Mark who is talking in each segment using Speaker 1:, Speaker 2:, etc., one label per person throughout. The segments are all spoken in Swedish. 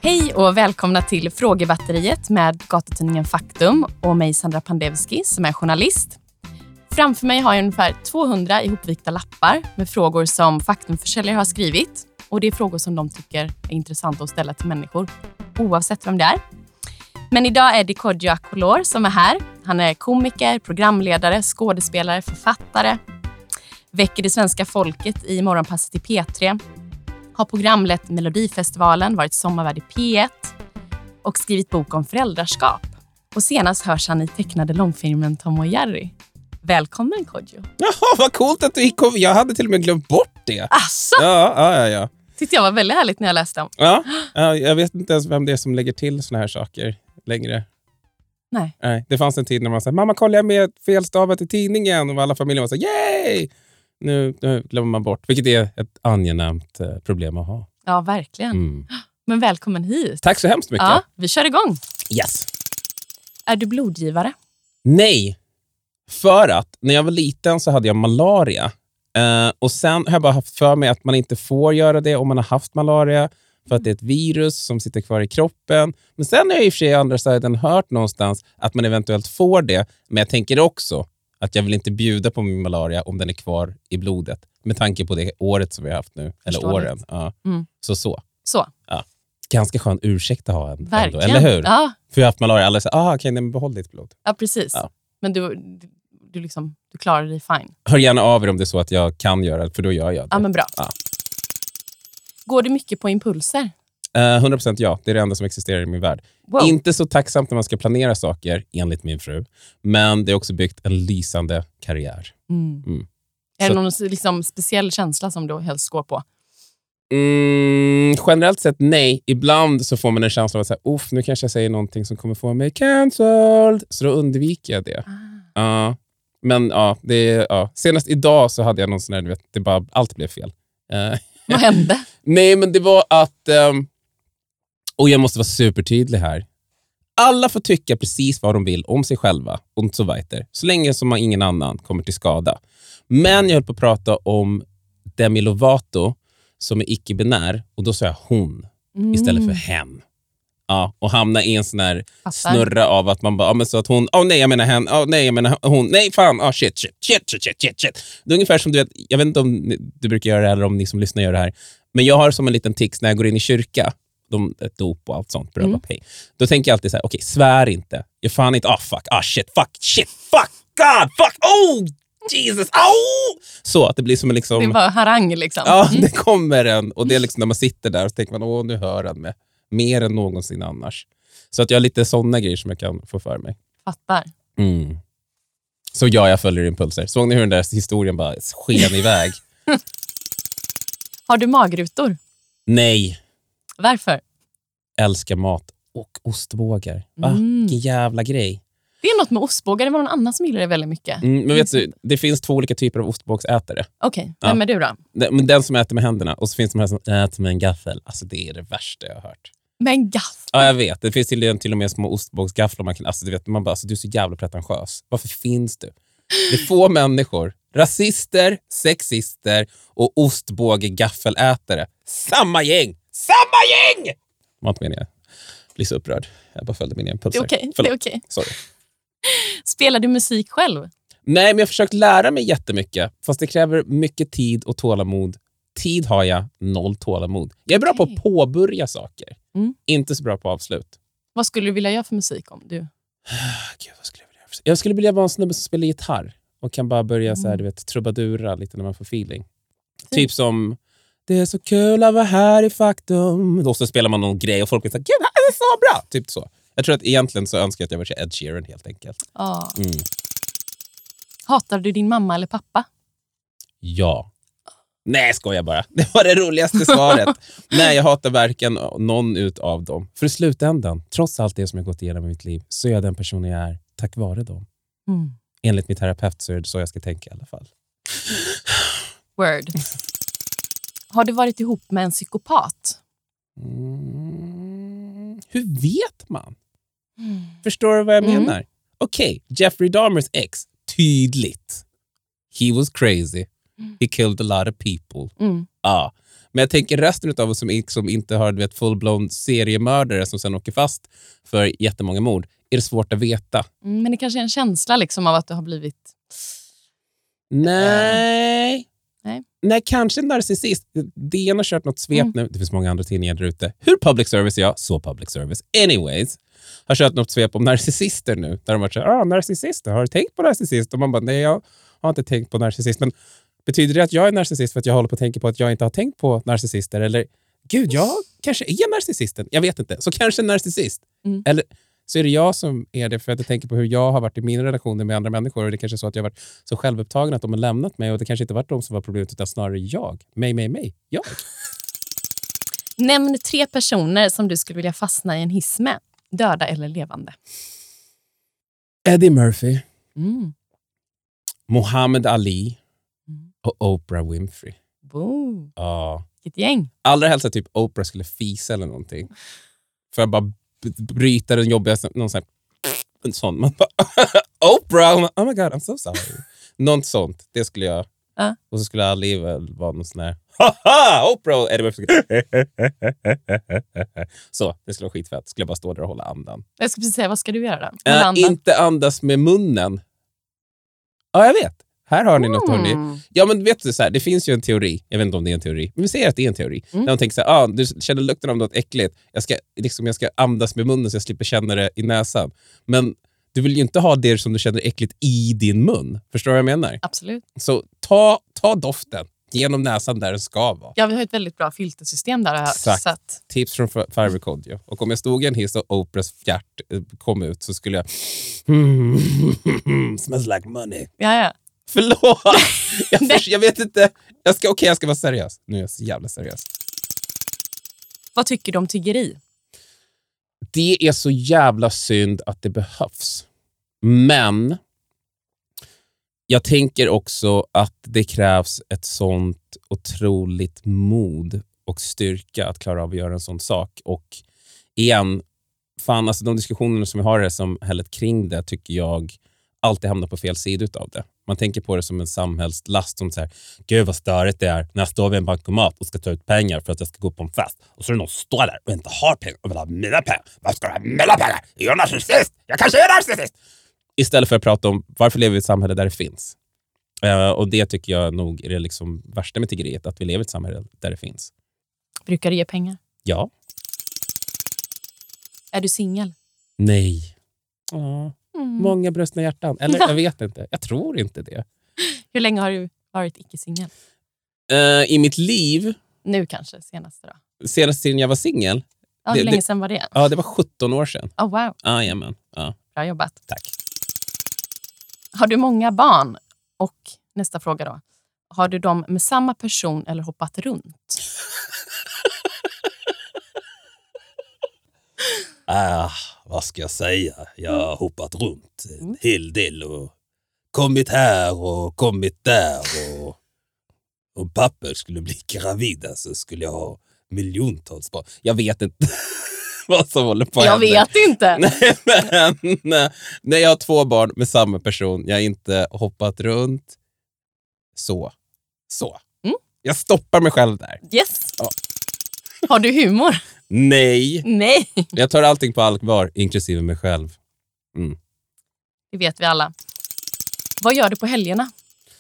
Speaker 1: Hej och välkomna till Frågebatteriet med gatutidningen Faktum och mig Sandra Pandevski som är journalist. Framför mig har jag ungefär 200 ihopvikta lappar med frågor som Faktumförsäljare har skrivit. Och det är frågor som de tycker är intressanta att ställa till människor, oavsett vem det är. Men idag är det Kodjo Akolor som är här. Han är komiker, programledare, skådespelare, författare. Väcker det svenska folket i morgonpasset i P3. Har programlett Melodifestivalen, varit sommarvärd i P1 och skrivit bok om föräldraskap. Och senast hörs han i tecknade långfilmen Tom och Jerry. Välkommen Kodjo.
Speaker 2: Jaha, vad coolt att du gick. Jag hade till och med glömt bort det.
Speaker 1: Asså?
Speaker 2: Ja.
Speaker 1: Tyckte jag var väldigt härligt när jag läste om.
Speaker 2: Ja, jag vet inte ens vem det är som lägger till såna här saker längre. Nej. Det fanns en tid när man sa, mamma kolla jag med felstavat i tidningen. Och alla familjer var så, yay! Nu glömmer man bort, vilket är ett angenämt problem att ha.
Speaker 1: Ja, verkligen. Men välkommen hit.
Speaker 2: Tack så hemskt mycket.
Speaker 1: Ja, vi kör igång.
Speaker 2: Yes.
Speaker 1: Är du blodgivare?
Speaker 2: Nej, för att när jag var liten så hade jag malaria. Och sen har jag bara haft för mig att man inte får göra det om man har haft malaria. För att det är ett virus som sitter kvar i kroppen. Men sen har jag i och för sig andra sidan hört någonstans att man eventuellt får det. Men jag tänker också att jag vill inte bjuda på min malaria om den är kvar i blodet. Med tanke på det året som vi har haft nu. Eller åren. Ja. Så. Ja. Ganska skön ursäkt att ha en.
Speaker 1: Verkligen.
Speaker 2: Ändå, eller hur?
Speaker 1: Ja.
Speaker 2: För jag har haft malaria. Alla säger, okej, men behåll ditt blod.
Speaker 1: Ja, precis.
Speaker 2: Ja.
Speaker 1: Men du klarar dig fine.
Speaker 2: Hör gärna av er om det är så att jag kan göra det. För då gör jag det.
Speaker 1: Ja, men bra.
Speaker 2: Ja.
Speaker 1: Går det mycket på impulser?
Speaker 2: 100% ja, det är det enda som existerar i min värld.
Speaker 1: Wow.
Speaker 2: Inte så tacksamt när man ska planera saker, enligt min fru. Men det är också byggt en lysande karriär.
Speaker 1: Är det någon liksom speciell känsla som du helst går på?
Speaker 2: Generellt sett nej. Ibland så får man en känsla av att säga, nu kanske jag säger någonting som kommer få mig cancelled. Så då undviker jag det. Men senast idag så hade jag någon sån här, allt blev fel.
Speaker 1: Vad hände?
Speaker 2: Nej, men det var att... och jag måste vara supertydlig här. Alla får tycka precis vad de vill om sig själva. Och så vidare. Så länge som ingen annan kommer till skada. Men jag höll på att prata om Demi Lovato som är icke-binär. Och då sa jag hon istället för hen. Ja, och hamna i en sån här snurra av att man bara, men så att hon, nej jag menar hen, nej jag menar hon, nej fan, shit. Det är ungefär som du vet, jag vet inte om du brukar göra det eller om ni som lyssnar gör det här, men jag har som en liten tics när jag går in i kyrka, ett dop och allt sånt, bröllop, hej. Då tänker jag alltid så här, okej, svär inte, jag fan inte, fuck, shit, fuck, god, fuck, Jesus, så att det blir som en liksom...
Speaker 1: Det var harang liksom.
Speaker 2: Ja, det kommer en, och det är liksom när man sitter där och så tänker man, nu hör han med. Mer än någonsin annars. Så att jag har lite sådana grejer som jag kan få för mig.
Speaker 1: Fattar.
Speaker 2: Så jag följer impulser. Såg ni hur den där historien bara sken iväg?
Speaker 1: Har du magrutor?
Speaker 2: Nej.
Speaker 1: Varför?
Speaker 2: Älskar mat och ostbågar. Vilken jävla grej.
Speaker 1: Det är något med ostbågar. Det var någon annan som gillar det väldigt mycket.
Speaker 2: Men vet du, det finns 2 olika typer av ostbågsätare.
Speaker 1: Okej, vem är du då?
Speaker 2: Den som äter med händerna. Och så finns de här som äter med en gaffel. Alltså det är det värsta jag har hört.
Speaker 1: Med en gaffel?
Speaker 2: Ja, jag vet. Det finns till och med små ostbågsgafflar. Man kan, alltså du vet, man bara, du är så jävla pretentiös. Varför finns du? Det är få människor. Rasister, sexister och ostbågegaffelätare. Samma gäng! Var inte meningen. Jag blir så upprörd. Jag bara följde mina impulser.
Speaker 1: Det är okej.
Speaker 2: Sorry.
Speaker 1: Spelar du musik själv?
Speaker 2: Nej, men jag har försökt lära mig jättemycket. Fast det kräver mycket tid och tålamod. Tid har jag 0 tålamod. Jag är bra på att påbörja saker. Inte så bra på avslut. Vad
Speaker 1: skulle du vilja göra för musik om du?
Speaker 2: Gud, vad skulle jag vilja göra? Jag skulle vilja vara en snubbe som spelar gitarr. Och kan bara börja så här, du vet, trubadura lite när man får feeling. Typ som, det är så kul att vara här i Faktum. Då så spelar man någon grej och folk vill säga, gud, det är så bra. Typ så. Jag tror att egentligen så önskar jag att jag var Ed Sheeran helt enkelt.
Speaker 1: Hatar du din mamma eller pappa?
Speaker 2: Ja. Nej, skojar bara. Det var det roligaste svaret. Nej, jag hatar varken någon utav dem. För i slutändan, trots allt det som jag gått igenom i mitt liv, så är jag den personen jag är tack vare dem. Enligt min terapeut så är det så jag ska tänka i alla fall.
Speaker 1: Word. Har du varit ihop med en psykopat?
Speaker 2: Hur vet man? Förstår du vad jag menar? Okej, Jeffrey Dahmers ex. Tydligt. He was crazy. He killed a lot of people. Men jag tänker resten av oss som inte har full-blown seriemördare som sen åker fast för jättemånga mord, är det svårt att veta.
Speaker 1: Men det kanske är en känsla liksom av att du har blivit...
Speaker 2: Nej, kanske en narcissist. DN har kört något svep nu. Det finns många andra tidningar där ute. Hur public service är jag? Så public service. Anyways, har kört något svep om narcissister nu. Där de har varit narcissister. Har du tänkt på narcissist? Och man bara, nej, jag har inte tänkt på narcissist. Men betyder det att jag är narcissist för att jag håller på att tänka på att jag inte har tänkt på narcissister? Eller, gud, jag kanske är narcissisten. Jag vet inte. Så kanske en narcissist. Eller så är det jag som är det för att jag tänker på hur jag har varit i mina relationer med andra människor. Och det är kanske så att jag har varit så självupptagen att de har lämnat mig. Och det kanske inte varit de som var problemet utan snarare jag. Jag.
Speaker 1: Nämn 3 personer som du skulle vilja fastna i en hiss med. Döda eller levande.
Speaker 2: Eddie Murphy. Muhammad Ali. Och Oprah Winfrey.
Speaker 1: Boom.
Speaker 2: Ja.
Speaker 1: Vilket gäng.
Speaker 2: Allra helst att typ Oprah skulle fisa eller någonting. För att bara bryta den jobbiga någon sån här, en sån. Man bara, Oprah! Oh my god, I'm so sorry. Något sånt. Det skulle jag. Och så skulle Ali väl vara någon sån här, haha! Oprah! Så, det skulle vara skitfett. Skulle jag bara stå där och hålla andan.
Speaker 1: Jag skulle precis säga, vad ska du göra då?
Speaker 2: Inte andas med munnen. Ja, jag vet. Här har ni något, hörni. Ja, men vet du så här, det finns ju en teori. Jag vet inte om det är en teori. Men vi säger att det är en teori. När de tänker så här, du känner lukten av något äckligt. Jag ska andas med munnen så jag slipper känna det i näsan. Men du vill ju inte ha det som du känner äckligt i din mun. Förstår du vad jag menar?
Speaker 1: Absolut.
Speaker 2: Så ta doften genom näsan där den ska vara.
Speaker 1: Ja, vi har ett väldigt bra filtersystem där.
Speaker 2: Exakt.
Speaker 1: Så att...
Speaker 2: Tips från Firecode. Ja. Och om jag stod i en hiss och Oprahs fjärt kom ut så skulle jag smells like money.
Speaker 1: Ja.
Speaker 2: Förlåt! Jag vet inte. Jag ska vara seriös. Nu är jag så jävla seriös.
Speaker 1: Vad tycker du om tiggeri?
Speaker 2: Det är så jävla synd att det behövs. Men jag tänker också att det krävs ett sånt otroligt mod och styrka att klara av att göra en sån sak. Och igen, alltså de diskussionerna som vi har i det samhället kring det tycker jag alltid hamnar på fel sida utav det. Man tänker på det som en samhällslast som säger, gud vad störigt det är när jag står vid en bankomat och ska ta ut pengar för att jag ska gå på en fest. Och så är det någon som står där och inte har pengar och vill ha mina pengar. Vad ska du ha mina pengar? Jag är narcissist! Jag kanske är narcissist! Istället för att prata om varför lever vi i ett samhälle där det finns. Och det tycker jag nog är det liksom värsta med tiggeriet, att vi lever i ett samhälle där det finns.
Speaker 1: Brukar du ge pengar?
Speaker 2: Ja.
Speaker 1: Är du singel?
Speaker 2: Nej. Många bröstna hjärtan. Eller jag vet inte. Jag tror inte det.
Speaker 1: Hur länge har du varit icke-singel?
Speaker 2: I mitt liv?
Speaker 1: Nu kanske, senaste då.
Speaker 2: Senaste tiden jag var singel?
Speaker 1: Ja, hur länge sedan var det?
Speaker 2: Ja, det var 17 år sedan.
Speaker 1: Oh, wow.
Speaker 2: Jajamän. Ja.
Speaker 1: Bra jobbat.
Speaker 2: Tack.
Speaker 1: Har du många barn? Och nästa fråga då. Har du dem med samma person eller hoppat runt?
Speaker 2: Vad ska jag säga? Jag har hoppat runt en hel del och kommit här och kommit där. Och om papper skulle bli gravida så skulle jag ha miljontals barn. Jag vet inte vad som håller på att hända.
Speaker 1: Jag vet inte.
Speaker 2: Nej, jag har 2 barn med samma person. Jag har inte hoppat runt. Så. Jag stoppar mig själv där.
Speaker 1: Yes.
Speaker 2: Ja.
Speaker 1: Har du humor?
Speaker 2: Nej.
Speaker 1: Nej.
Speaker 2: Jag tar allting på allvar, inklusive mig själv.
Speaker 1: Det vet vi alla. Vad gör du på helgerna?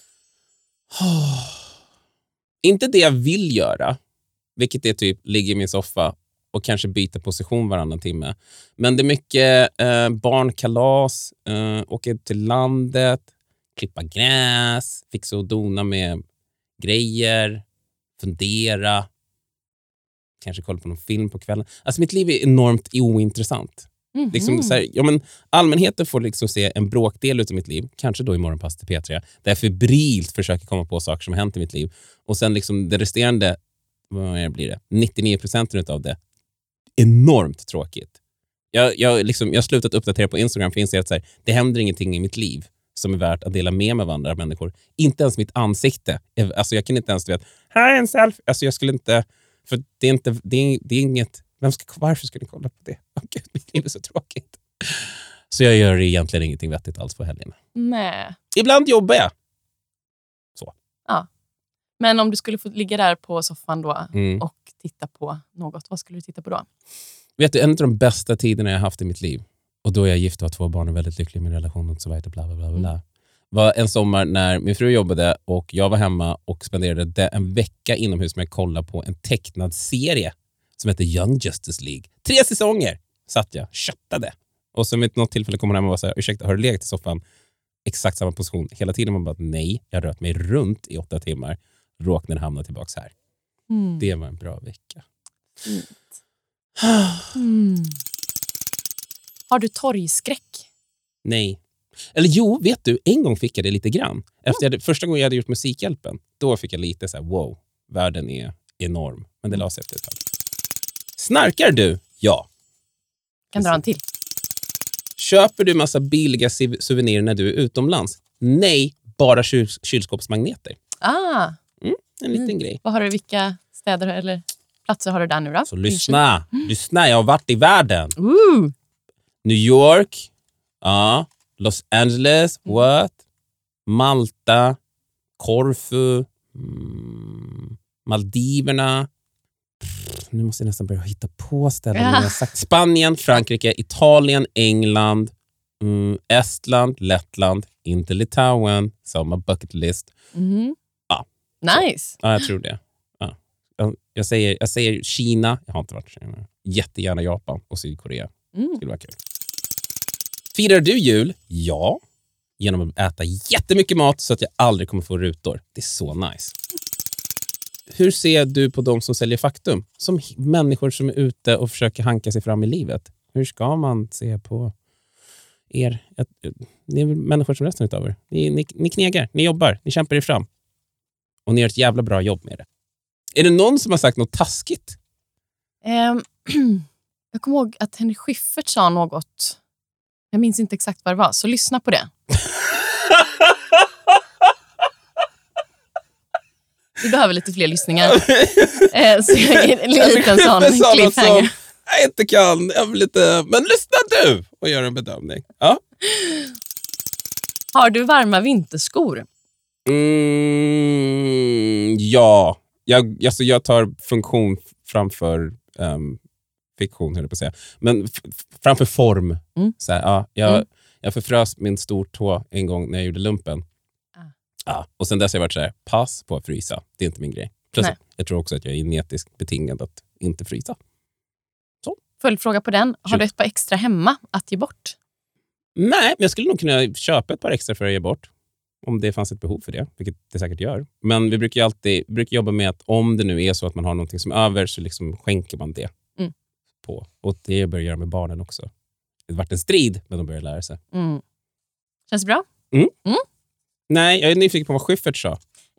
Speaker 2: Inte det jag vill göra, vilket är typ ligga i min soffa och kanske byta position varannan timme. Men det är mycket barnkalas, åka till landet, klippa gräs, fixa och dona med grejer, fundera, kanske kolla på någon film på kvällen. Alltså mitt liv är enormt ointressant. Liksom så här, men allmänheten får liksom se en bråkdel av mitt liv, kanske då i Morgonpass till P3, där jag febrilt försöker komma på saker som har hänt i mitt liv. Och sen liksom det resterande, vad blir det? 99% av det. Enormt tråkigt. Jag har slutat uppdatera på Instagram för att inse att så här, det händer ingenting i mitt liv som är värt att dela med mig av andra människor. Inte ens mitt ansikte. Alltså jag kan inte ens veta, här är en selfie. Alltså jag skulle inte, för det är inget. Varför ska ni kolla på det? Gud, mitt liv är så tråkigt. Så jag gör egentligen ingenting vettigt alls på helgerna.
Speaker 1: Nej.
Speaker 2: Ibland jobbar jag. Så.
Speaker 1: Ja. Men om du skulle få ligga där på soffan då och titta på något, vad skulle du titta på då?
Speaker 2: Vet du, en av de bästa tiderna jag haft i mitt liv, och då är jag gift och har 2 barn och väldigt lycklig i min relation och så vidare, bla bla bla bla. Var en sommar när min fru jobbade och jag var hemma och spenderade en vecka inomhus med att kolla på en tecknad serie som heter Young Justice League. 3 säsonger satt jag, köttade. Och så vid något tillfälle kommer han och var så här, ursäkta, har du legat i soffan exakt samma position hela tiden? Man bara, nej, jag rört mig runt i 8 timmar, råkade hamna tillbaka här. Det var en bra vecka.
Speaker 1: Har du torgskräck?
Speaker 2: Nej. Eller jo, vet du, en gång fick jag det lite grann. Första gången jag hade gjort Musikhjälpen, då fick jag lite så här, wow, världen är enorm. Men det la sig efter ett tag. Snarkar du? Ja.
Speaker 1: Kan dra en till.
Speaker 2: Köper du massa billiga souvenirer när du är utomlands? Nej, bara kylskåpsmagneter. En liten grej.
Speaker 1: Vad har du, vilka städer eller platser har du där nu då?
Speaker 2: Så lyssna, jag har varit i världen. New York, Los Angeles, Malta, Korfu, Maldiverna. Nu måste jag nästan börja hitta på ställen. Jag har sagt Spanien, Frankrike, Italien, England, Estland, Lettland, inte Litauen, samma bucket list.
Speaker 1: Nice.
Speaker 2: Ja, jag tror det. Ja. Jag säger Kina, jag har inte varit i Kina. Jättegärna Japan och Sydkorea. Skulle vara kul. Firar du jul? Ja. Genom att äta jättemycket mat så att jag aldrig kommer få rutor. Det är så nice. Hur ser du på de som säljer Faktum? Som människor som är ute och försöker hanka sig fram i livet. Hur ska man se på er? Ni är människor som resten utav er. Ni knegar, ni jobbar, ni kämpar er fram. Och ni gör ett jävla bra jobb med det. Är det någon som har sagt något taskigt?
Speaker 1: Jag kommer ihåg att Henrik Schyffert sa något. Jag minns inte exakt vad det var, så lyssna på det. Vi behöver lite fler lyssningar. Så jag ger en liten sån cliffhanger.
Speaker 2: Jag inte kan. Jag vill lite... Men lyssna du och gör en bedömning. Ja.
Speaker 1: Har du varma vinterskor?
Speaker 2: Ja. Jag tar funktion framför fiktion, höll jag på att säga. Men framför form. Så här, jag förfrös min stortå en gång när jag gjorde lumpen. Och sen dess har jag varit så här, pass på att frysa. Det är inte min grej. Plus, jag tror också att jag är genetiskt betingad att inte frysa. Så.
Speaker 1: Följdfråga på den. Har du ett par extra hemma att ge bort?
Speaker 2: Nej, men jag skulle nog kunna köpa ett par extra för att ge bort. Om det fanns ett behov för det, vilket det säkert gör. Men vi brukar jobba med att om det nu är så att man har någonting som är över så liksom skänker man det på. Och det börjar göra med barnen också. Det har varit en strid, men de börjar lära sig.
Speaker 1: Känns det bra?
Speaker 2: Nej, jag är nyfiken på vad Schyffert sa.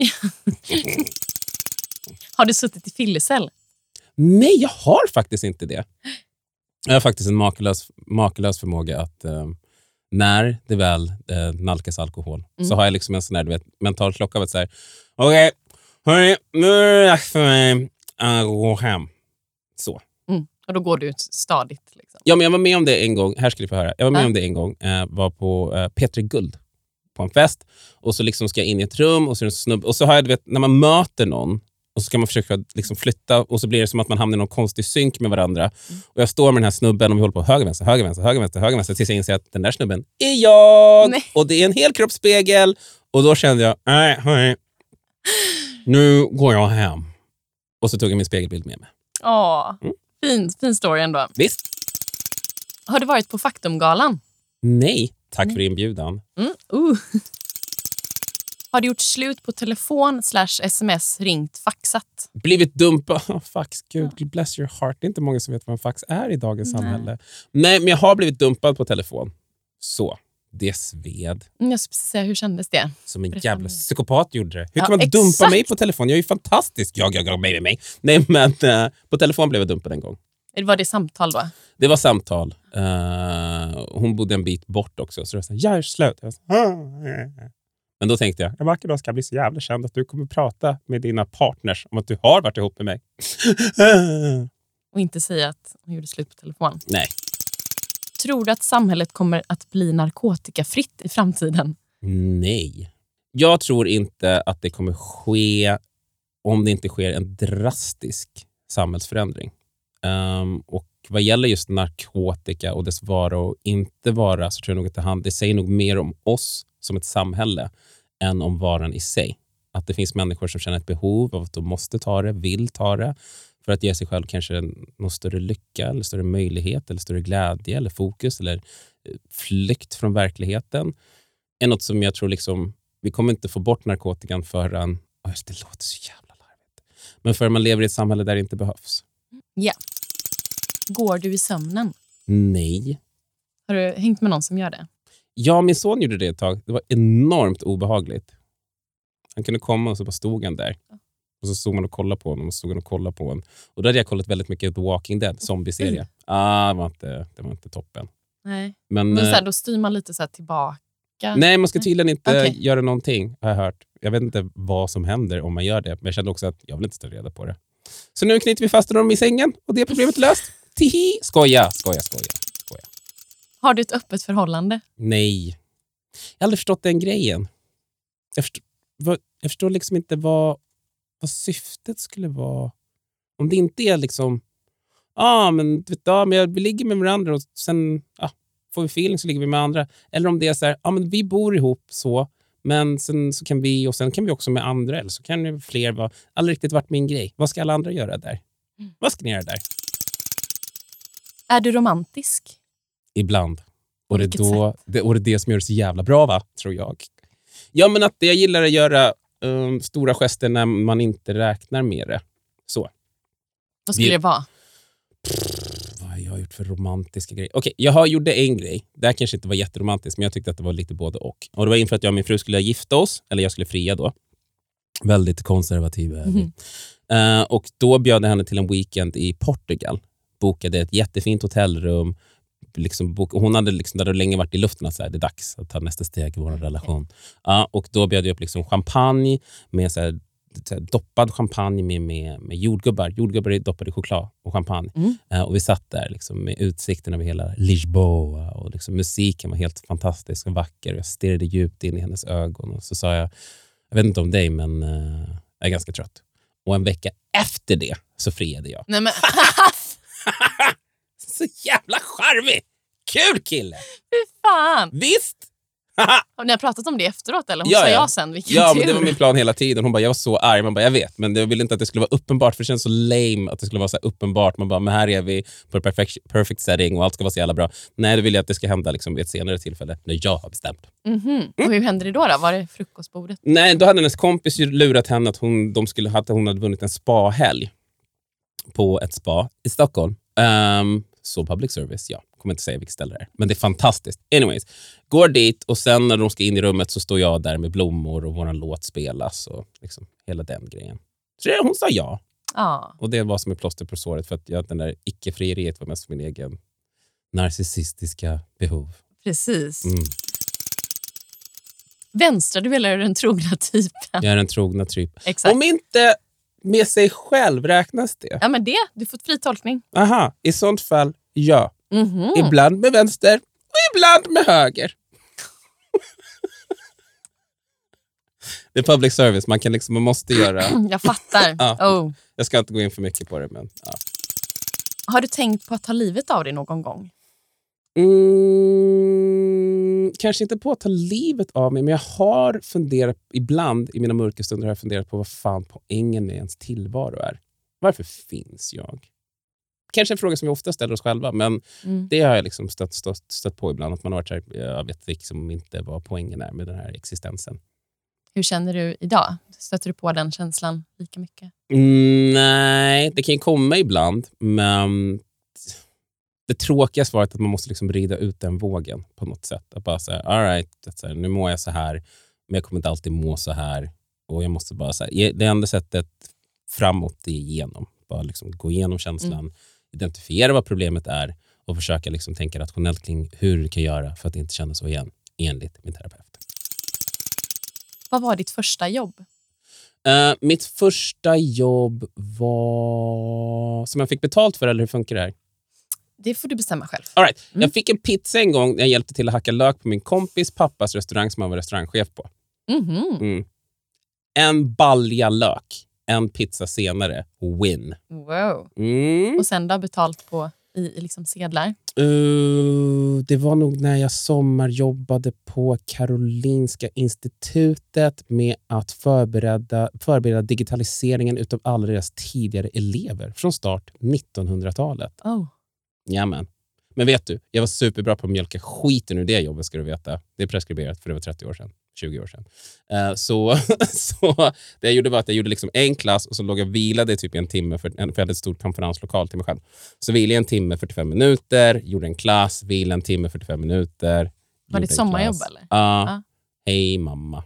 Speaker 1: Har du suttit i fyllecell?
Speaker 2: Nej, jag har faktiskt inte det. Jag har faktiskt en makalös förmåga att när det väl nalkas alkohol så har jag liksom en sån här, du vet, mental klocka av att säga okej, hörni, nu är det dags för mig att gå hem. Så.
Speaker 1: Och då går du ut stadigt. Liksom.
Speaker 2: Ja, men jag var med om det en gång. Här ska ni få höra. Jag var med om det en gång. Var på P3 Guld. På en fest. Och så liksom ska jag in i ett rum. Och så är det en snubbe. Och så har jag, du vet, när man möter någon. Och så ska man försöka liksom flytta. Och så blir det som att man hamnar i någon konstig synk med varandra. Och jag står med den här snubben. Och vi håller på höger, vänster. Tills jag inser att den där snubben är jag. Nej. Och det är en hel kroppsspegel. Och då kände jag, nej, hörni. Nu går jag hem. Och så tog jag min spegelbild med mig.
Speaker 1: Fin story ändå.
Speaker 2: Visst.
Speaker 1: Har du varit på Faktumgalan?
Speaker 2: Nej, tack för inbjudan.
Speaker 1: Har du gjort slut på telefon /sms, ringt, faxat?
Speaker 2: Blivit dumpad. Fax, gud, bless your heart. Det är inte många som vet vad en fax är i dagens samhälle. Nej, men jag har blivit dumpad på telefon. Så, det sved.
Speaker 1: Jag ska säga, hur kändes det?
Speaker 2: Som en jävla psykopat gjorde det. Hur kan man dumpa mig på telefon? Jag är ju fantastisk. Jag, mig. Nej, men på telefon blev jag dumpad en gång.
Speaker 1: Var det samtal då?
Speaker 2: Det var samtal. Hon bodde en bit bort också. Så det var så här, jag är slut. Men då tänkte jag vacker dag ska jag bli så jävla känd att du kommer prata med dina partners om att du har varit ihop med mig.
Speaker 1: Och inte säga att hon gjorde slut på telefon.
Speaker 2: Nej.
Speaker 1: Tror du att samhället kommer att bli narkotikafritt i framtiden?
Speaker 2: Nej. Jag tror inte att det kommer ske om det inte sker en drastisk samhällsförändring. Och vad gäller just narkotika och dess vara och inte vara, så tror jag nog att det säger nog mer om oss som ett samhälle än om varan i sig. Att det finns människor som känner ett behov av att de måste ta det, vill ta det, för att ge sig själv kanske någon större lycka eller större möjlighet eller större glädje eller fokus eller flykt från verkligheten, är något som jag tror liksom, vi kommer inte få bort narkotikan förrän, det låter så jävla larvigt, men förrän man lever i ett samhälle där det inte behövs.
Speaker 1: Ja. Går du i sömnen?
Speaker 2: Nej.
Speaker 1: Har du hängt med någon som gör det?
Speaker 2: Ja, min son gjorde det ett tag. Det var enormt obehagligt. Han kunde komma och så bara stod han där. Och så stod man och kollade på honom och stod han och kollade på honom. Och då hade jag kollat väldigt mycket på Walking Dead, zombie-serie. Det var inte toppen.
Speaker 1: Nej.
Speaker 2: Men
Speaker 1: så här, då styr man lite så här tillbaka.
Speaker 2: Nej, man ska tydligen inte göra någonting, har jag hört. Jag vet inte vad som händer om man gör det. Men jag kände också att jag vill inte ta reda på det. Så nu knyter vi fast dem i sängen och det är problemet löst. Tihi! Skoja.
Speaker 1: Har du ett öppet förhållande?
Speaker 2: Nej. Jag har aldrig förstått den grejen. Jag förstår liksom inte vad syftet skulle vara. Om det inte är liksom men vi ligger med varandra och sen får vi feeling så ligger vi med andra. Eller om det är så här, men vi bor ihop så, men sen så kan vi, och sen kan vi också med andra, eller så kan det fler vara. Aldrig riktigt varit min grej. Vad ska alla andra göra där? Vad ska ni göra där?
Speaker 1: Är du romantisk?
Speaker 2: Ibland. Och det är det som gör det så jävla bra, va? Tror jag. Ja, men att jag gillar att göra stora gester när man inte räknar med det. Så.
Speaker 1: Vad skulle det vara?
Speaker 2: Vad har jag gjort för romantiska grejer? Okej, jag gjorde en grej. Det här kanske inte var jätteromantiskt, men jag tyckte att det var lite både och. Och det var inför att jag och min fru skulle gifta oss. Eller jag skulle fria då. Väldigt konservativ. Och då bjöd jag henne till en weekend i Portugal. Bokade ett jättefint hotellrum. Hon hade liksom, där det länge varit i luften att det är dags att ta nästa steg i vår relation. Och då bjöd jag upp liksom champagne med så här doppad champagne med jordgubbar. Jordgubbar är doppade i choklad och champagne. Och vi satt där liksom med utsikten över hela Lisboa och liksom musiken var helt fantastisk och vacker. Jag stirrade djupt in i hennes ögon och så sa jag vet inte om dig, men jag är ganska trött. Och en vecka efter det så friade jag.
Speaker 1: Nej, men
Speaker 2: så jävla charmig! Kul kille!
Speaker 1: Fy fan!
Speaker 2: Visst!
Speaker 1: Har ni pratat om det efteråt eller? Hon sa jag sen.
Speaker 2: Ja, men det var min plan hela tiden. Hon bara, jag var så arg. Man bara, jag vet. Men jag ville inte att det skulle vara uppenbart. För det känns så lame att det skulle vara så här uppenbart. Man bara, men här är vi på perfect setting och allt ska vara så jävla bra. Nej, då vill jag att det ska hända liksom, vid ett senare tillfälle. När jag har bestämt.
Speaker 1: Och hur hände det då? Var det frukostbordet?
Speaker 2: Nej, då hade hennes kompis lurat henne att hon hade vunnit en spa-helg på ett spa i Stockholm. Så public service, kommer inte säga vilket ställe det är. Men det är fantastiskt. Anyways, går dit och sen när de ska in i rummet så står jag där med blommor och våran låt spelas och liksom hela den grejen. Så hon sa ja. Och det var som ett plåster på såret för att den där icke-frieriet var mest för min egen narcissistiska behov.
Speaker 1: Precis. Vänstra, du är den trogna typen.
Speaker 2: Jag är den trogna typen.
Speaker 1: Exakt.
Speaker 2: Om inte med sig själv räknas det.
Speaker 1: Ja, men du får fri tolkning.
Speaker 2: Aha, i sånt fall ja. Ibland med vänster och ibland med höger. Det är public service, man måste göra.
Speaker 1: Jag fattar.
Speaker 2: Jag ska inte gå in för mycket på det, men
Speaker 1: Har du tänkt på att ta livet av dig någon gång?
Speaker 2: Kanske inte på att ta livet av mig, men jag har funderat ibland i mina mörka stunder har jag funderat på vad fan poängen med ens tillvaro är. Varför finns jag? Kanske en fråga som vi ofta ställer oss själva, men det har jag liksom stött på ibland, att man har varit så här, jag vet liksom inte vad poängen är med den här existensen.
Speaker 1: Hur känner du idag? Stöter du på den känslan lika mycket?
Speaker 2: Nej, det kan ju komma ibland, men det tråkiga svaret är att man måste liksom rida ut den vågen på något sätt. Att bara säga, all right, nu mår jag så här, men jag kommer inte alltid må så här. Och jag måste bara säga, det enda sättet framåt är igenom. Bara liksom gå igenom känslan, identifiera vad problemet är och försöka liksom tänka rationellt kring hur du kan göra för att inte känna så igen, enligt min terapeut.
Speaker 1: Vad var ditt första jobb?
Speaker 2: Mitt första jobb var som jag fick betalt för, eller hur funkar det här?
Speaker 1: Det får du bestämma själv.
Speaker 2: All right. Jag fick en pizza en gång när jag hjälpte till att hacka lök på min kompis pappas restaurang som han var restaurangchef på. En balja lök. en pizza senare. Win.
Speaker 1: Wow. Och sen då betalt på i liksom sedlar?
Speaker 2: Det var nog när jag sommarjobbade på Karolinska institutet med att förbereda digitaliseringen utav alla deras tidigare elever från start 1900-talet. Jamen. Men vet du, jag var superbra på att mjölka skiten ur det jobbet, ska du veta. Det är preskriberat för det var 30 år sedan. 20 år sedan. Så det jag gjorde var att jag gjorde liksom en klass och så låg jag vilade typ en timme för jag hade ett stort konferenslokal till mig själv. Så vilade en timme 45 minuter, gjorde en klass, vilade en timme 45 minuter.
Speaker 1: Var det ett sommarjobb eller?
Speaker 2: Ja. Hej mamma.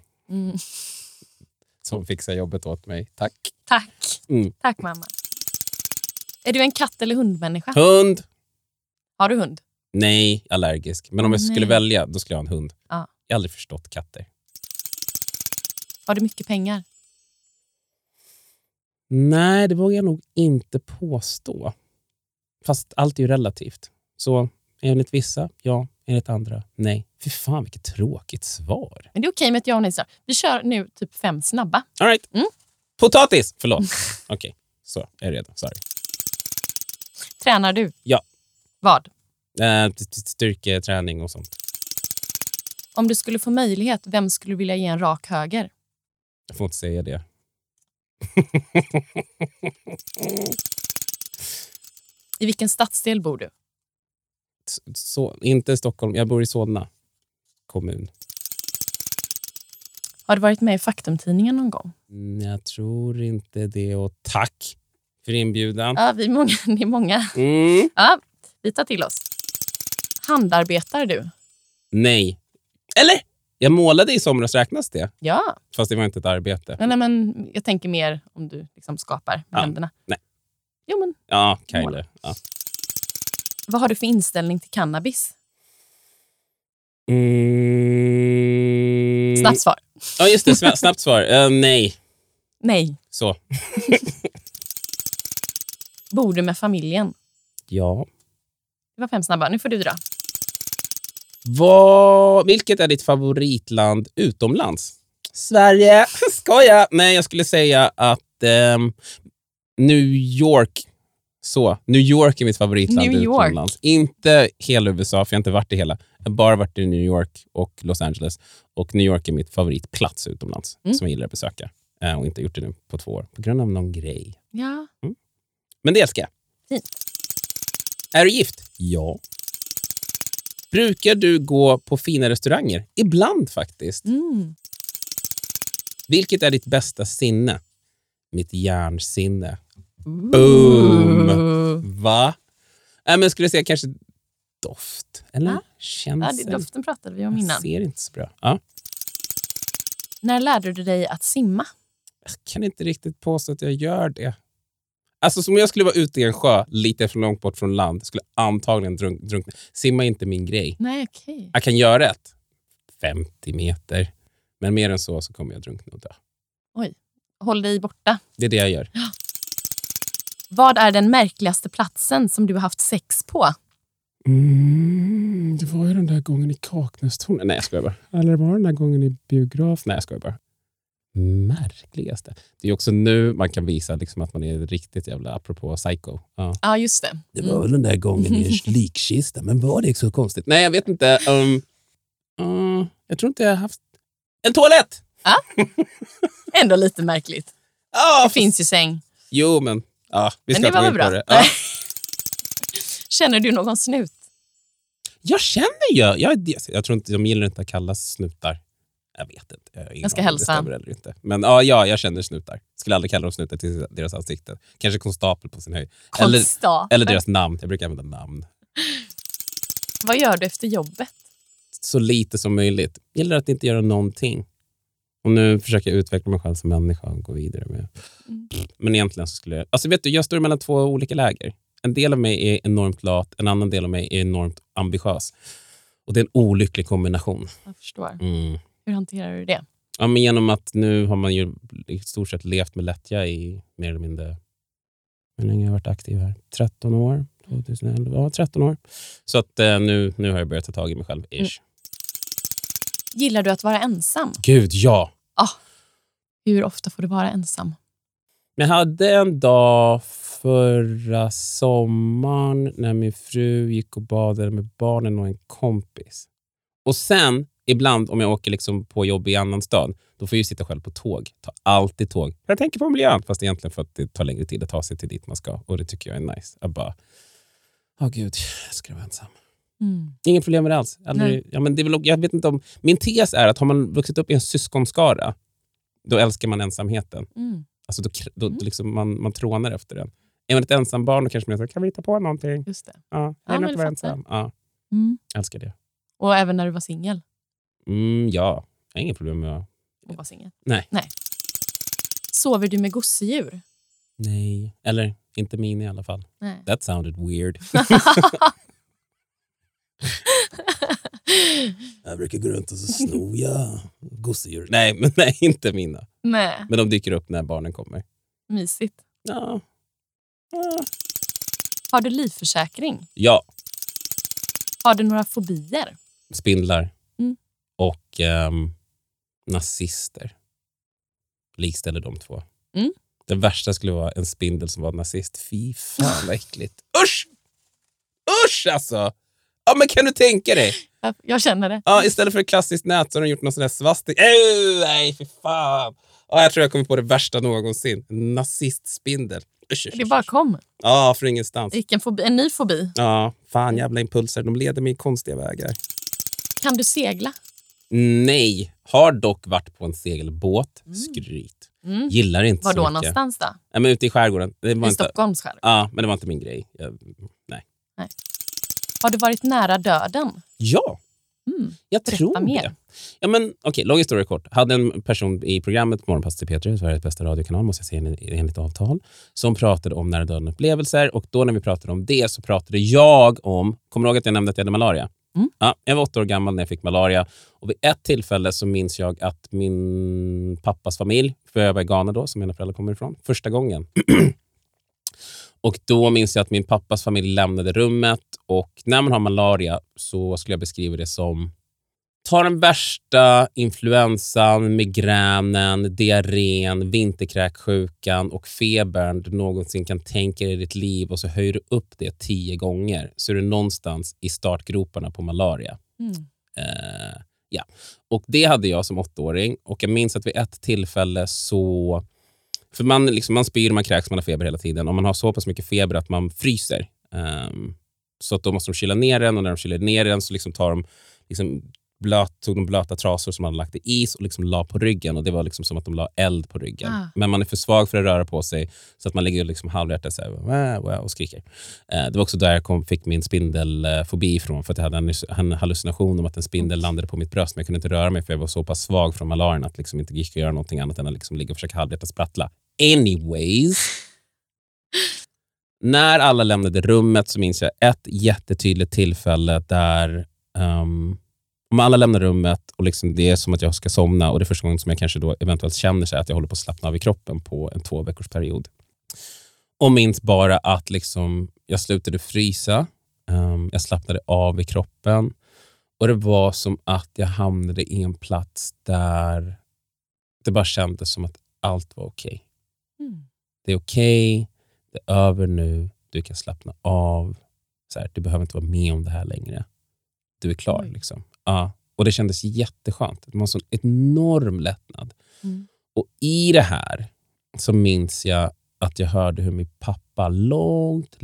Speaker 2: Som fixar jobbet åt mig. Tack.
Speaker 1: Tack mamma. Är du en katt- eller hundmänniska?
Speaker 2: Hund.
Speaker 1: Har du hund?
Speaker 2: Nej, allergisk. Men om jag skulle välja, då skulle jag ha en hund.
Speaker 1: Ja.
Speaker 2: Jag har aldrig förstått katter.
Speaker 1: Har du mycket pengar?
Speaker 2: Nej, det vågar jag nog inte påstå. Fast allt är ju relativt. Så enligt vissa, ja. Enligt andra, nej. Fy fan, vilket tråkigt svar.
Speaker 1: Men det är okej med ett ja och nej. Vi kör nu typ 5 snabba.
Speaker 2: All right. Potatis! Förlåt. Okej, så är jag redo. Sorry.
Speaker 1: Tränar du?
Speaker 2: Ja.
Speaker 1: Vad?
Speaker 2: Styrketräning och sånt.
Speaker 1: Om du skulle få möjlighet, vem skulle du vilja ge en rak höger?
Speaker 2: Jag får inte säga det.
Speaker 1: I vilken stadsdel bor du?
Speaker 2: Inte Stockholm, jag bor i Solna kommun.
Speaker 1: Har du varit med i Faktumtidningen någon gång?
Speaker 2: Jag tror inte det, och tack för inbjudan.
Speaker 1: Ja, vi är många. Ja, vi tar till oss. Handarbetar du?
Speaker 2: Nej. Eller? Jag målade i somras, räknas det?
Speaker 1: Ja.
Speaker 2: Fast det var inte ett arbete.
Speaker 1: Nej, men jag tänker mer om du liksom skapar med händerna.
Speaker 2: Nej.
Speaker 1: Jo, men...
Speaker 2: Ja, Kyle. Ja.
Speaker 1: Vad har du för inställning till cannabis? Snabbt svar.
Speaker 2: Ja, just det. Snabbt svar. Nej.
Speaker 1: Nej.
Speaker 2: Så.
Speaker 1: Bor du med familjen?
Speaker 2: Ja.
Speaker 1: Det var 5 snabba. Nu får du dra.
Speaker 2: Vilket är ditt favoritland utomlands? Sverige. Skoja. Nej, jag skulle säga att New York. Så, New York är mitt favoritland utomlands. Inte hela USA, för jag har inte varit i hela. Jag har bara varit i New York och Los Angeles. Och New York är mitt favoritplats utomlands som jag gillar att besöka. Och inte gjort det nu på 2 år. På grund av någon grej.
Speaker 1: Ja.
Speaker 2: Men det älskar jag.
Speaker 1: Fint.
Speaker 2: Är du gift? Ja. Brukar du gå på fina restauranger? Ibland faktiskt. Vilket är ditt bästa sinne? Mitt hjärnsinne. Boom! Va? Men skulle jag säga kanske doft. Eller känsel.
Speaker 1: Ja, doften pratade vi om innan.
Speaker 2: Jag ser inte så bra. Ja.
Speaker 1: När lärde du dig att simma?
Speaker 2: Jag kan inte riktigt påstå att jag gör det. Alltså som jag skulle vara ute i en sjö lite för långt bort från land, skulle antagligen drunkna. Simma är inte min grej.
Speaker 1: Nej, okej.
Speaker 2: Jag kan göra 50 meter. Men mer än så kommer jag drunkna och dö.
Speaker 1: Oj, håll dig borta.
Speaker 2: Det är det jag gör.
Speaker 1: Vad är den märkligaste platsen som du har haft sex på?
Speaker 2: Det var ju den där gången i Kaknästornet. Nej, jag skojar bara. Eller var den där gången i biograf? Nej, jag skojar bara. Märkligaste. Det är också nu man kan visa liksom att man är riktigt jävla apropå psycho.
Speaker 1: Ja, just det.
Speaker 2: Det var väl den där gången i en likkista. Men var det så konstigt? Nej, jag vet inte. Jag tror inte jag har haft en toalett.
Speaker 1: Ja. Ändå lite märkligt. Det finns ju säng.
Speaker 2: Jo, men vi ska
Speaker 1: men det var väl bra.
Speaker 2: Det.
Speaker 1: Känner du någon snut?
Speaker 2: Jag känner ju. Jag tror inte, de gillar inte att kallas snutar. Jag vet inte.
Speaker 1: Jag ska hälsa.
Speaker 2: Eller inte. Men jag känner snutar. Skulle aldrig kalla dem snutar till deras ansikten. Kanske konstapel på sin höjd. Eller deras namn. Jag brukar använda namn.
Speaker 1: Vad gör du efter jobbet?
Speaker 2: Så lite som möjligt. Jag gillar att inte göra någonting. Och nu försöker jag utveckla mig själv som människa och gå vidare med. Men egentligen så skulle jag... Alltså vet du, jag står mellan 2 olika läger. En del av mig är enormt lat. En annan del av mig är enormt ambitiös. Och det är en olycklig kombination.
Speaker 1: Jag förstår. Hur hanterar du det?
Speaker 2: Ja, men genom att nu har man ju i stort sett levt med lättja i mer eller mindre... Hur länge har jag varit aktiv här? 13 år? 2011, ja, 13 år. Så att nu har jag börjat ta tag i mig själv.
Speaker 1: Gillar du att vara ensam?
Speaker 2: Gud, ja.
Speaker 1: Hur ofta får du vara ensam?
Speaker 2: Jag hade en dag förra sommaren när min fru gick och badade med barnen och en kompis. Och sen, ibland om jag åker liksom på jobb i annan stad, då får jag ju sitta själv på tåg. Ta alltid tåg. Jag tänker på miljön, fast egentligen för att det tar längre tid att ta sig till dit man ska. Och det tycker jag är nice. Jag bara, gud, jag ska vara ensam. Inget problem med det alls. Ja, men det är väl, jag vet inte om, min tes är att har man vuxit upp i en syskonskara, då älskar man ensamheten. Alltså då liksom man trånar efter den. Är man ett ensam barn, då kanske man säger, kan vi hitta på någonting?
Speaker 1: Just det.
Speaker 2: Ja, jag vill inte vara ensam. Ja. Älskar det.
Speaker 1: Och även när du var singel?
Speaker 2: Ja, jag har inget problem med att
Speaker 1: vara singel.
Speaker 2: Nej.
Speaker 1: Sover du med gosedjur?
Speaker 2: Nej, eller inte min i alla fall.
Speaker 1: Nej.
Speaker 2: That sounded weird. Jag brukar gå runt och så snor jag gosedjur. Nej, inte mina.
Speaker 1: Nej.
Speaker 2: Men de dyker upp när barnen kommer.
Speaker 1: Mysigt.
Speaker 2: Ja.
Speaker 1: Har du livförsäkring?
Speaker 2: Ja.
Speaker 1: Har du några fobier?
Speaker 2: Spindlar. Och nazister. Likställer de två. Den värsta skulle vara en spindel som var nazist. Fy fan vad äckligt. Usch alltså! Ja, men kan du tänka dig?
Speaker 1: Jag känner det.
Speaker 2: Ja, istället för ett klassiskt nät så har de gjort någon sån där svastik. Nej, fy fan. Ja, jag tror jag kommer på det värsta någonsin. En nazistspindel.
Speaker 1: Det bara kom.
Speaker 2: Ja, för ingenstans.
Speaker 1: En ny fobi.
Speaker 2: Ja, fan jävla impulser. De leder mig i konstiga vägar.
Speaker 1: Kan du segla?
Speaker 2: Nej, har dock varit på en segelbåt. Skryt. Gillar inte
Speaker 1: var
Speaker 2: så
Speaker 1: då
Speaker 2: mycket.
Speaker 1: Någonstans då?
Speaker 2: Ja, men ute i skärgården. Det var
Speaker 1: I Stockholms skärgård?
Speaker 2: Ja, men det var inte min grej. Nej.
Speaker 1: Har du varit nära döden?
Speaker 2: Ja, jag tror
Speaker 1: mer.
Speaker 2: det. Ja, men okej, lång historia kort. Hade en person i programmet Morgonpasset till Peter, Sveriges bästa radiokanal, måste jag säga enligt avtal, som pratade om nära döden-upplevelser. Och då när vi pratade om det så pratade jag om, kommer du ihåg att jag nämnde att jag hade malaria? Ja, jag var 8 år gammal när jag fick malaria. Och vid ett tillfälle så minns jag att min pappas familj, för jag var i Ghana då, som mina föräldrar kommer ifrån, första gången. Och då minns jag att min pappas familj lämnade rummet. Och när man har malaria så skulle jag beskriva det som ta den värsta influensan, migränen, diarrén, vinterkräksjukan och febern du någonsin kan tänka dig i ditt liv, och så höjer du upp det 10 gånger så är du någonstans i startgroparna på malaria. Ja. Och det hade jag som 8-åring, och jag minns att vid ett tillfälle så, för man spyr, man kräks, man har feber hela tiden, och man har så pass mycket feber att man fryser. Så att då måste de kyla ner den, och när de kyler ner den så liksom tar de tog de blöta trasor som man hade lagt i is och liksom la på ryggen, och det var liksom som att de la eld på ryggen. Men man är för svag för att röra på sig, så att man ligger liksom halvhjärtat så här, och skriker. Det var också där jag fick min spindelfobi ifrån, för att jag hade en hallucination om att en spindel landade på mitt bröst, men jag kunde inte röra mig för jag var så pass svag från malarian att liksom inte gick att göra någonting annat än att liksom ligga och försöka halvhjärtat sprattla. Anyways, när alla lämnade rummet så minns jag ett jättetydligt tillfälle där om alla lämnar rummet och liksom det är som att jag ska somna, och det är första gången som jag kanske då eventuellt känner sig att jag håller på att slappna av i kroppen på en 2 veckors period. Och minns bara att liksom jag slutade frysa, jag slappnade av i kroppen, och det var som att jag hamnade i en plats där det bara kändes som att allt var okej. Det är okej, det är över nu, du kan slappna av, så här, du behöver inte vara med om det här längre. Du är klar liksom. Ja, och det kändes jätteskönt. Det var en sån enorm lättnad. Och i det här så minns jag att jag hörde hur min pappa långt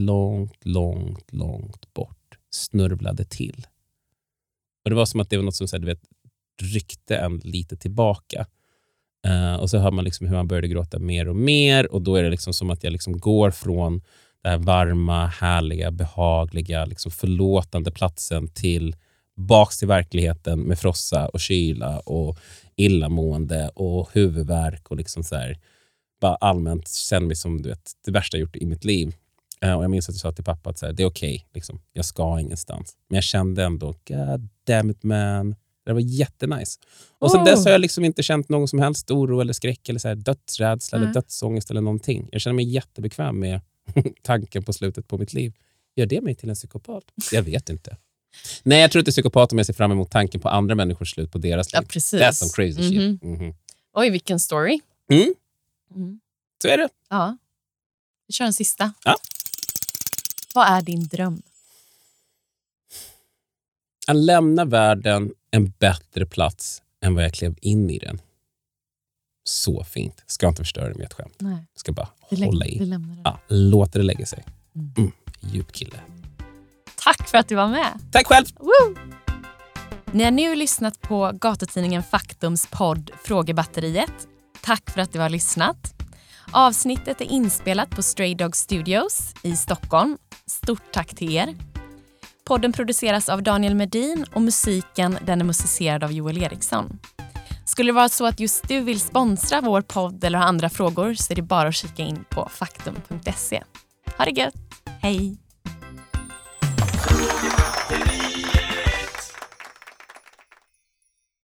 Speaker 2: bort snurvlade till. Och det var som att det var något som så här, du vet, ryckte en lite tillbaka. Och så hör man liksom hur han började gråta mer och mer, och då är det liksom som att jag liksom går från den här varma, härliga, behagliga, liksom förlåtande platsen baks till verkligheten med frossa och kyla och illamående och huvudvärk och liksom så här, bara allmänt känner mig som, du vet, det värsta jag gjort i mitt liv. Och jag minns att jag sa till pappa att så här, det är okej, liksom, jag ska ingenstans. Men jag kände ändå, god damn it man, det var jättenice. Och sen dess har jag liksom inte känt någon som helst oro eller skräck eller så här dödsrädsla eller dödsångest eller någonting. Jag känner mig jättebekväm med tanken på slutet på mitt liv. Gör det mig till en psykopat? Jag vet inte. Nej, jag tror inte psykopat om jag ser fram emot tanken på andra människors slut på deras liv.
Speaker 1: Ja, precis.
Speaker 2: That's some crazy shit.
Speaker 1: Oj, vilken story.
Speaker 2: Så är det.
Speaker 1: Ja. Vi kör en sista.
Speaker 2: Ja.
Speaker 1: Vad är din dröm?
Speaker 2: Att lämna världen en bättre plats än vad jag klev in i den. Så fint. Ska inte förstöra det med ett skämt.
Speaker 1: Nej.
Speaker 2: Ska bara
Speaker 1: Vi
Speaker 2: hålla i.
Speaker 1: lämnar det.
Speaker 2: Ja, låt det lägga sig. Djup kille.
Speaker 1: Tack för att du var med.
Speaker 2: Tack själv!
Speaker 1: Woo! Ni har nu lyssnat på gatutidningen Faktums podd Frågebatteriet. Tack för att du har lyssnat. Avsnittet är inspelat på Stray Dog Studios i Stockholm. Stort tack till er. Podden produceras av Daniel Medin och musiken den är musicerad av Joel Eriksson. Skulle det vara så att just du vill sponsra vår podd eller ha andra frågor så är det bara att kika in på faktum.se. Ha det gött! Hej!